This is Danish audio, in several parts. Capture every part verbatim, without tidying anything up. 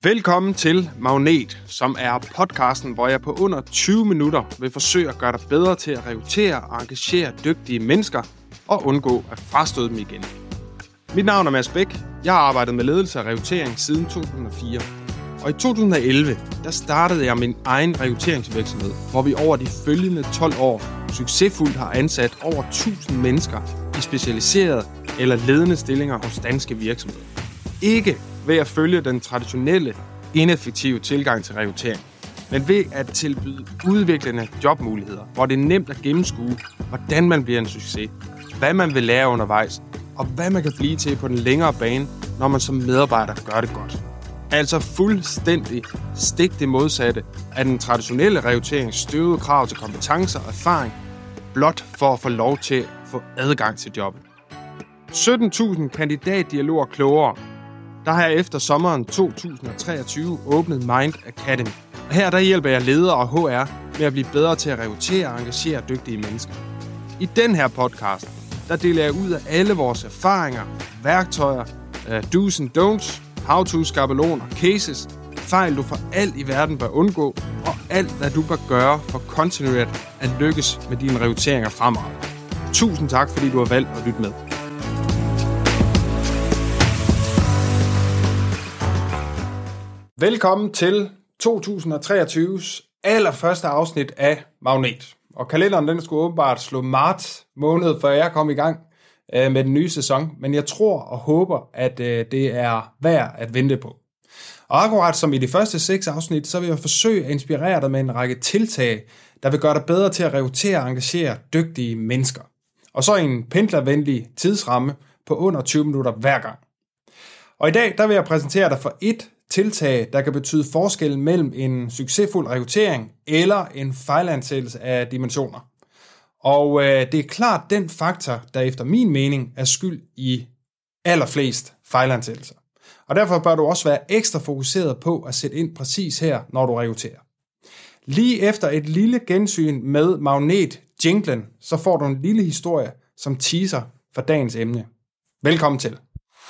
Velkommen til Magnet, som er podcasten, hvor jeg på under tyve minutter vil forsøge at gøre dig bedre til at rekruttere og engagere dygtige mennesker og undgå at frastøde dem igen. Mit navn er Mads Bæk. Jeg har arbejdet med ledelse og rekruttering siden to tusind og fire. Og i to tusind og elleve, der startede jeg min egen rekrutteringsvirksomhed, hvor vi over de følgende tolv år succesfuldt har ansat over tusind mennesker i specialiserede eller ledende stillinger hos danske virksomheder. Ikke ved at følge den traditionelle, ineffektive tilgang til rekruttering, men ved at tilbyde udviklende jobmuligheder, hvor det er nemt at gennemskue, hvordan man bliver en succes, hvad man vil lære undervejs, og hvad man kan blive til på den længere bane, når man som medarbejder gør det godt. Altså fuldstændig stik det modsatte af den traditionelle rekrutterings støvede krav til kompetencer og erfaring, blot for at få lov til at få adgang til jobbet. sytten tusind kandidatdialoger klogere. Der har jeg efter sommeren to tusind og treogtyve åbnet Mind Academy. Og her der hjælper jeg ledere og H R med at blive bedre til at rekruttere og engagere dygtige mennesker. I den her podcast, der deler jeg ud af alle vores erfaringer, værktøjer, do's and don'ts, how-to, skabeloner, cases, fejl du for alt i verden bør undgå, og alt hvad du bør gøre for kontinuerligt at lykkes med dine rekrutteringer fremover. Tusind tak, fordi du har valgt at lytte med. Velkommen til to tusind og treogtyves allerførste afsnit af Magnet. Og kalenderen den skulle åbenbart slå marts måned, før jeg kom i gang øh, med den nye sæson. Men jeg tror og håber, at øh, det er værd at vente på. Og akkurat som i de første seks afsnit, så vil jeg forsøge at inspirere dig med en række tiltag, der vil gøre dig bedre til at rekruttere og engagere dygtige mennesker. Og så en pendlervenlig tidsramme på under tyve minutter hver gang. Og i dag der vil jeg præsentere dig for et tiltag, der kan betyde forskellen mellem en succesfuld rekruttering eller en fejlansættelse af dimensioner. Og øh, det er klart den faktor, der efter min mening er skyld i allerflest fejlansættelser. Og derfor bør du også være ekstra fokuseret på at sætte ind præcis her, når du rekrutterer. Lige efter et lille gensyn med Magnet-jinglen, så får du en lille historie, som teaser for dagens emne. Velkommen til.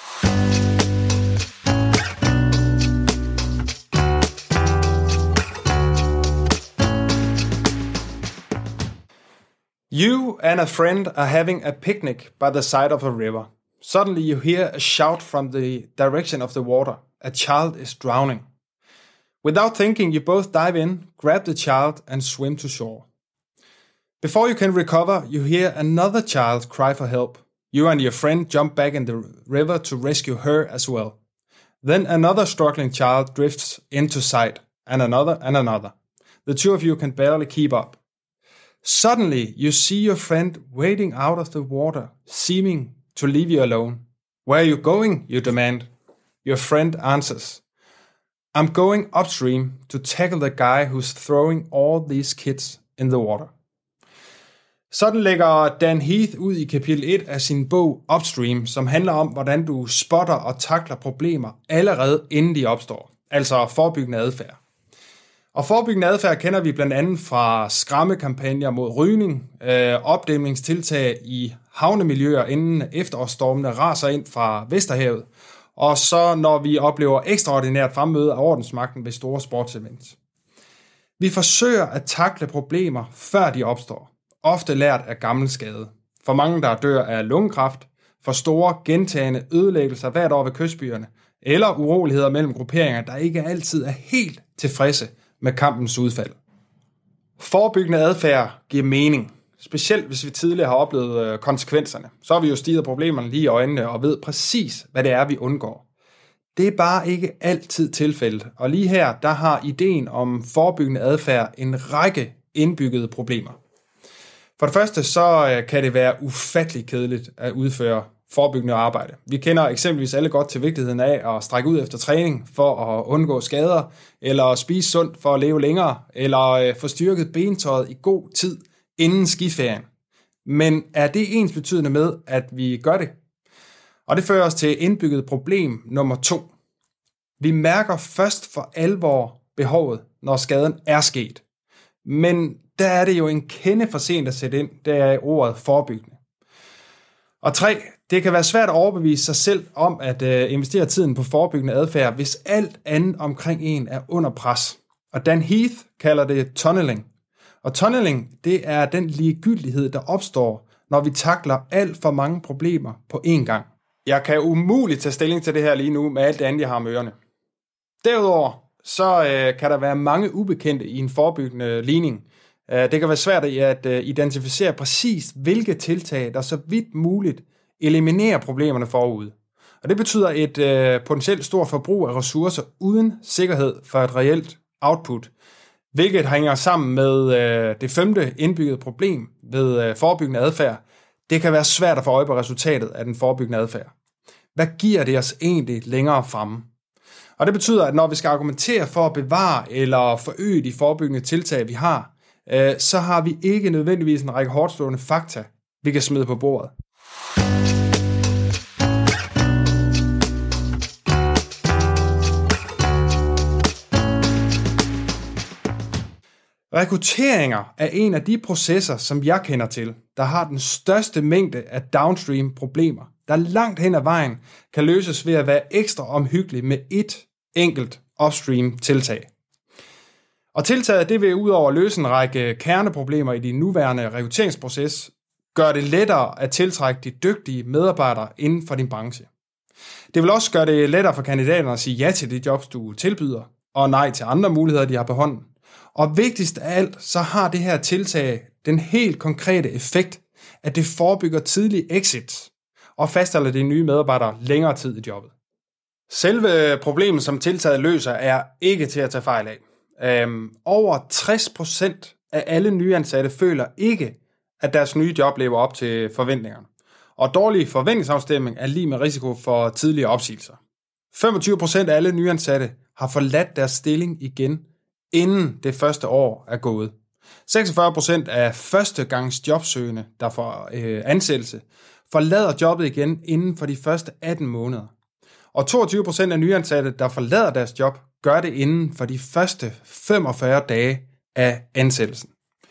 You and a friend are having a picnic by the side of a river. Suddenly you hear a shout from the direction of the water. A child is drowning. Without thinking, you both dive in, grab the child and swim to shore. Before you can recover, you hear another child cry for help. You and your friend jump back in the river to rescue her as well. Then another struggling child drifts into sight, and another and another. The two of you can barely keep up. Suddenly, you see your friend wading out of the water, seeming to leave you alone. Where are you going? You demand. Your friend answers, I'm going upstream to tackle the guy who's throwing all these kids in the water. Sådan lægger Dan Heath ud i kapitel et af sin bog Upstream, som handler om, hvordan du spotter og takler problemer allerede inden de opstår, altså forebyggende adfærd. Og forebyggende adfærd kender vi blandt andet fra skræmmekampagner mod rygning, øh, opdæmningstiltag i havnemiljøer, inden efterårsstormene raser ind fra Vesterhavet, og så når vi oplever ekstraordinært fremmøde af ordensmagten ved store sportsevents. Vi forsøger at takle problemer, før de opstår, ofte lært af gammel skade. For mange, der dør af lungekræft, for store gentagende ødelæggelser hvert år ved kystbyerne, eller uroligheder mellem grupperinger, der ikke altid er helt tilfredse med kampens udfald. Forebyggende adfærd giver mening, specielt hvis vi tidligere har oplevet konsekvenserne. Så har vi jo stiget problemerne lige i øjnene og ved præcis, hvad det er, vi undgår. Det er bare ikke altid tilfældet, og lige her, der har ideen om forebyggende adfærd en række indbyggede problemer. For det første, så kan det være ufattelig kedeligt at udføre forebyggende arbejde. Vi kender eksempelvis alle godt til vigtigheden af at strække ud efter træning for at undgå skader, eller spise sundt for at leve længere, eller få styrket bentøjet i god tid inden skiferien. Men er det ensbetydende med, at vi gør det? Og det fører os til indbygget problem nummer to. Vi mærker først for alvor behovet, når skaden er sket. Men der er det jo en kende for sent at sætte ind, der er ordet forebyggende. Og tre, Det kan være svært at overbevise sig selv om at øh, investere tiden på forebyggende adfærd, hvis alt andet omkring en er under pres. Og Dan Heath kalder det tunneling. Og tunneling, det er den ligegyldighed, der opstår, når vi takler alt for mange problemer på én gang. Jeg kan umuligt tage stilling til det her lige nu med alt det andet, jeg har med ørerne. Derudover så øh, kan der være mange ubekendte i en forebyggende ligning. Øh, det kan være svært at øh, identificere præcis, hvilke tiltag, der så vidt muligt eliminerer problemerne forud. Og det betyder et øh, potentielt stort forbrug af ressourcer uden sikkerhed for et reelt output, hvilket hænger sammen med øh, det femte indbyggede problem ved øh, forebyggende adfærd. Det kan være svært at få øje på resultatet af den forebyggende adfærd. Hvad giver det os egentlig længere fremme? Og det betyder, at når vi skal argumentere for at bevare eller forøge de forebyggende tiltag, vi har, øh, så har vi ikke nødvendigvis en række hårdtstående fakta, vi kan smide på bordet. Rekrutteringer er en af de processer, som jeg kender til, der har den største mængde af downstream problemer, der langt hen ad vejen kan løses ved at være ekstra omhyggelig med et enkelt upstream tiltag. Og tiltaget det vil udover at løse en række kerneproblemer i de nuværende rekrutteringsproces, gøre det lettere at tiltrække de dygtige medarbejdere inden for din branche. Det vil også gøre det lettere for kandidaterne at sige ja til de jobs, du tilbyder, og nej til andre muligheder, de har på hånden. Og vigtigst af alt, så har det her tiltag den helt konkrete effekt, at det forebygger tidlig exit og fastholder de nye medarbejdere længere tid i jobbet. Selve problemet, som tiltaget løser, er ikke til at tage fejl af. Øhm, over tres procent af alle nyansatte føler ikke, at deres nye job lever op til forventningerne. Og dårlig forventningsafstemning er lige med risiko for tidligere opsigelser. femogtyve procent af alle nyansatte har forladt deres stilling igen, inden det første år er gået. seksogfyrre procent af førstegangs jobsøgende, der får øh, ansættelse, forlader jobbet igen inden for de første atten måneder. Og toogtyve procent af nyansatte, der forlader deres job, gør det inden for de første femogfyrre dage af ansættelsen.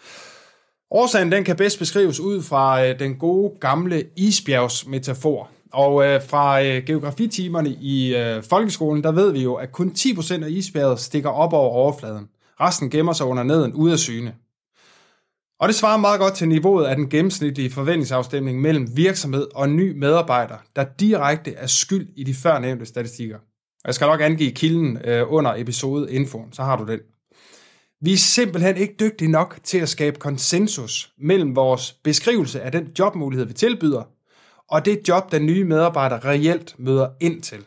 Årsagen den kan bedst beskrives ud fra øh, den gode gamle isbjergsmetafor. Og øh, fra øh, geografitimerne i øh, folkeskolen, der ved vi jo, at kun ti procent af isbjerget stikker op over overfladen. Resten gemmer sig under neden ude af syne. Og det svarer meget godt til niveauet af den gennemsnitlige forventningsafstemning mellem virksomhed og ny medarbejder, der direkte er skyld i de førnævnte statistikker. Og jeg skal nok angive kilden øh, under episodeinfoen, så har du den. Vi er simpelthen ikke dygtige nok til at skabe konsensus mellem vores beskrivelse af den jobmulighed, vi tilbyder, og det job, den nye medarbejder reelt møder ind til.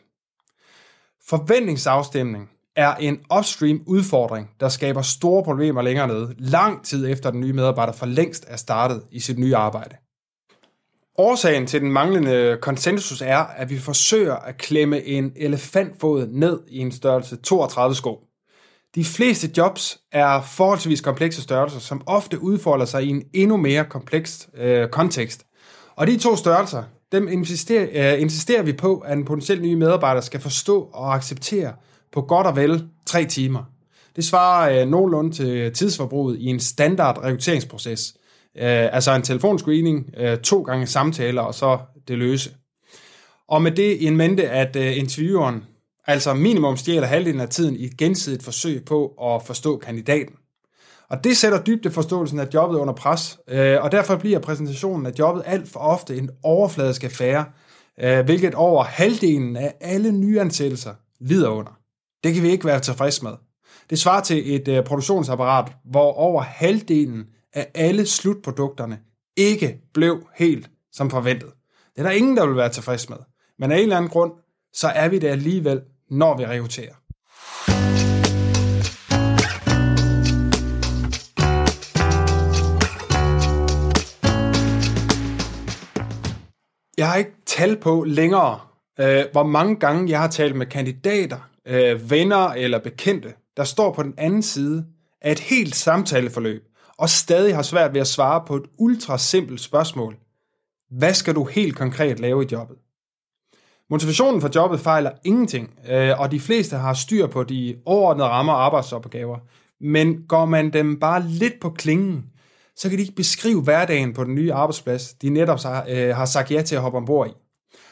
Forventningsafstemning er en upstream udfordring, der skaber store problemer længere nede, lang tid efter den nye medarbejder for længst er startet i sit nye arbejde. Årsagen til den manglende konsensus er, at vi forsøger at klemme en elefantfod ned i en størrelse toogtredive sko. De fleste jobs er forholdsvis komplekse størrelser, som ofte udfolder sig i en endnu mere kompleks øh, kontekst. Og de to størrelser, dem insisterer, øh, insisterer vi på, at en potentiel ny medarbejder skal forstå og acceptere på godt og vel tre timer. Det svarer øh, nogenlunde til tidsforbruget i en standard rekrutteringsproces. Øh, altså en telefonscreening, øh, to gange samtaler og så det løse. Og med det en mente, at øh, intervieweren altså minimum stjæler halvdelen af tiden i et gensidigt forsøg på at forstå kandidaten. Og det sætter dybde forståelsen af jobbet under pres, øh, og derfor bliver præsentationen af jobbet alt for ofte en overfladisk affære, øh, hvilket over halvdelen af alle nyansættelser lider under. Det kan vi ikke være tilfreds med. Det svarer til et øh, produktionsapparat, hvor over halvdelen af alle slutprodukterne ikke blev helt som forventet. Det er der ingen, der vil være tilfreds med. Men af en eller anden grund, så er vi det alligevel, når vi rekrutterer. Jeg har ikke tal på længere, øh, hvor mange gange jeg har talt med kandidater, øh, venner eller bekendte, der står på den anden side af et helt samtaleforløb, og stadig har svært ved at svare på et ultra simpelt spørgsmål. Hvad skal du helt konkret lave i jobbet? Motivationen for jobbet fejler ingenting, øh, og de fleste har styr på de overordnede rammer og arbejdsopgaver, men går man dem bare lidt på klingen, så kan de ikke beskrive hverdagen på den nye arbejdsplads, de netop har, øh, har sagt ja til at hoppe ombord i.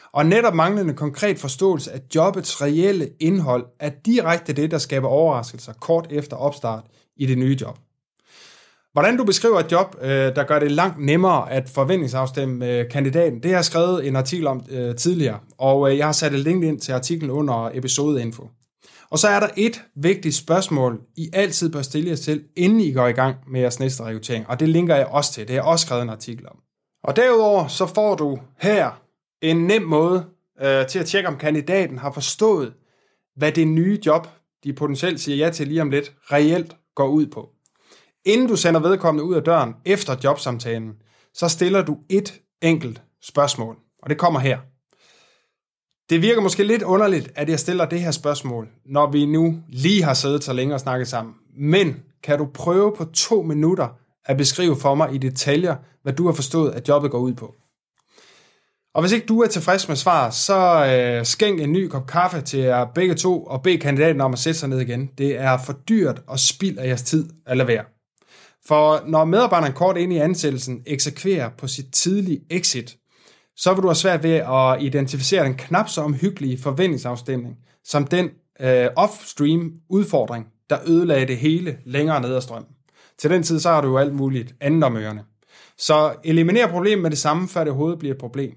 Og netop manglende konkret forståelse af jobbets reelle indhold er direkte det, der skaber overraskelser kort efter opstart i det nye job. Hvordan du beskriver et job, der gør det langt nemmere at forventningsafstemme med kandidaten, det har jeg skrevet en artikel om øh, tidligere, og jeg har sat et link ind til artiklen under episodeinfo. Og så er der et vigtigt spørgsmål, I altid bør stille jer selv, inden I går i gang med jeres næste rekruttering, og det linker jeg også til. Det har jeg også skrevet en artikel om. Og derudover så får du her en nem måde øh, til at tjekke, om kandidaten har forstået, hvad det nye job, de potentielt siger ja til lige om lidt, reelt går ud på. Inden du sender vedkommende ud af døren efter jobsamtalen, så stiller du et enkelt spørgsmål, og det kommer her. Det virker måske lidt underligt, at jeg stiller det her spørgsmål, når vi nu lige har siddet så længe og snakket sammen. Men kan du prøve på to minutter at beskrive for mig i detaljer, hvad du har forstået, at jobbet går ud på? Og hvis ikke du er tilfreds med svar, så øh, skænk en ny kop kaffe til jer begge to, og bed kandidaten om at sætte sig ned igen. Det er for dyrt og spild af jeres tid at lade være. For når medarbejderen kort ind i ansættelsen eksekverer på sit tidlige exit, så vil du have svært ved at identificere den knap så omhyggelige forventningsafstemning, som den øh, off-stream udfordring, der ødelagde det hele længere ned ad strømmen. Til den tid, så har du jo alt muligt andet om ørerne. Så eliminer problemet med det samme, før det overhovedet bliver et problem.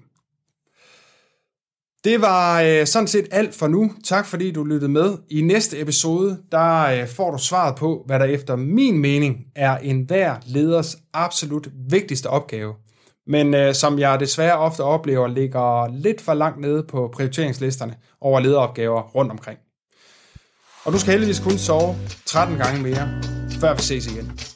Det var øh, sådan set alt for nu. Tak fordi du lyttede med. I næste episode, der øh, får du svaret på, hvad der efter min mening er enhver leders absolut vigtigste opgave. Men øh, som jeg desværre ofte oplever, ligger lidt for langt nede på prioriteringslisterne over lederopgaver rundt omkring. Og du skal heldigvis kun sove tretten gange mere, før vi ses igen.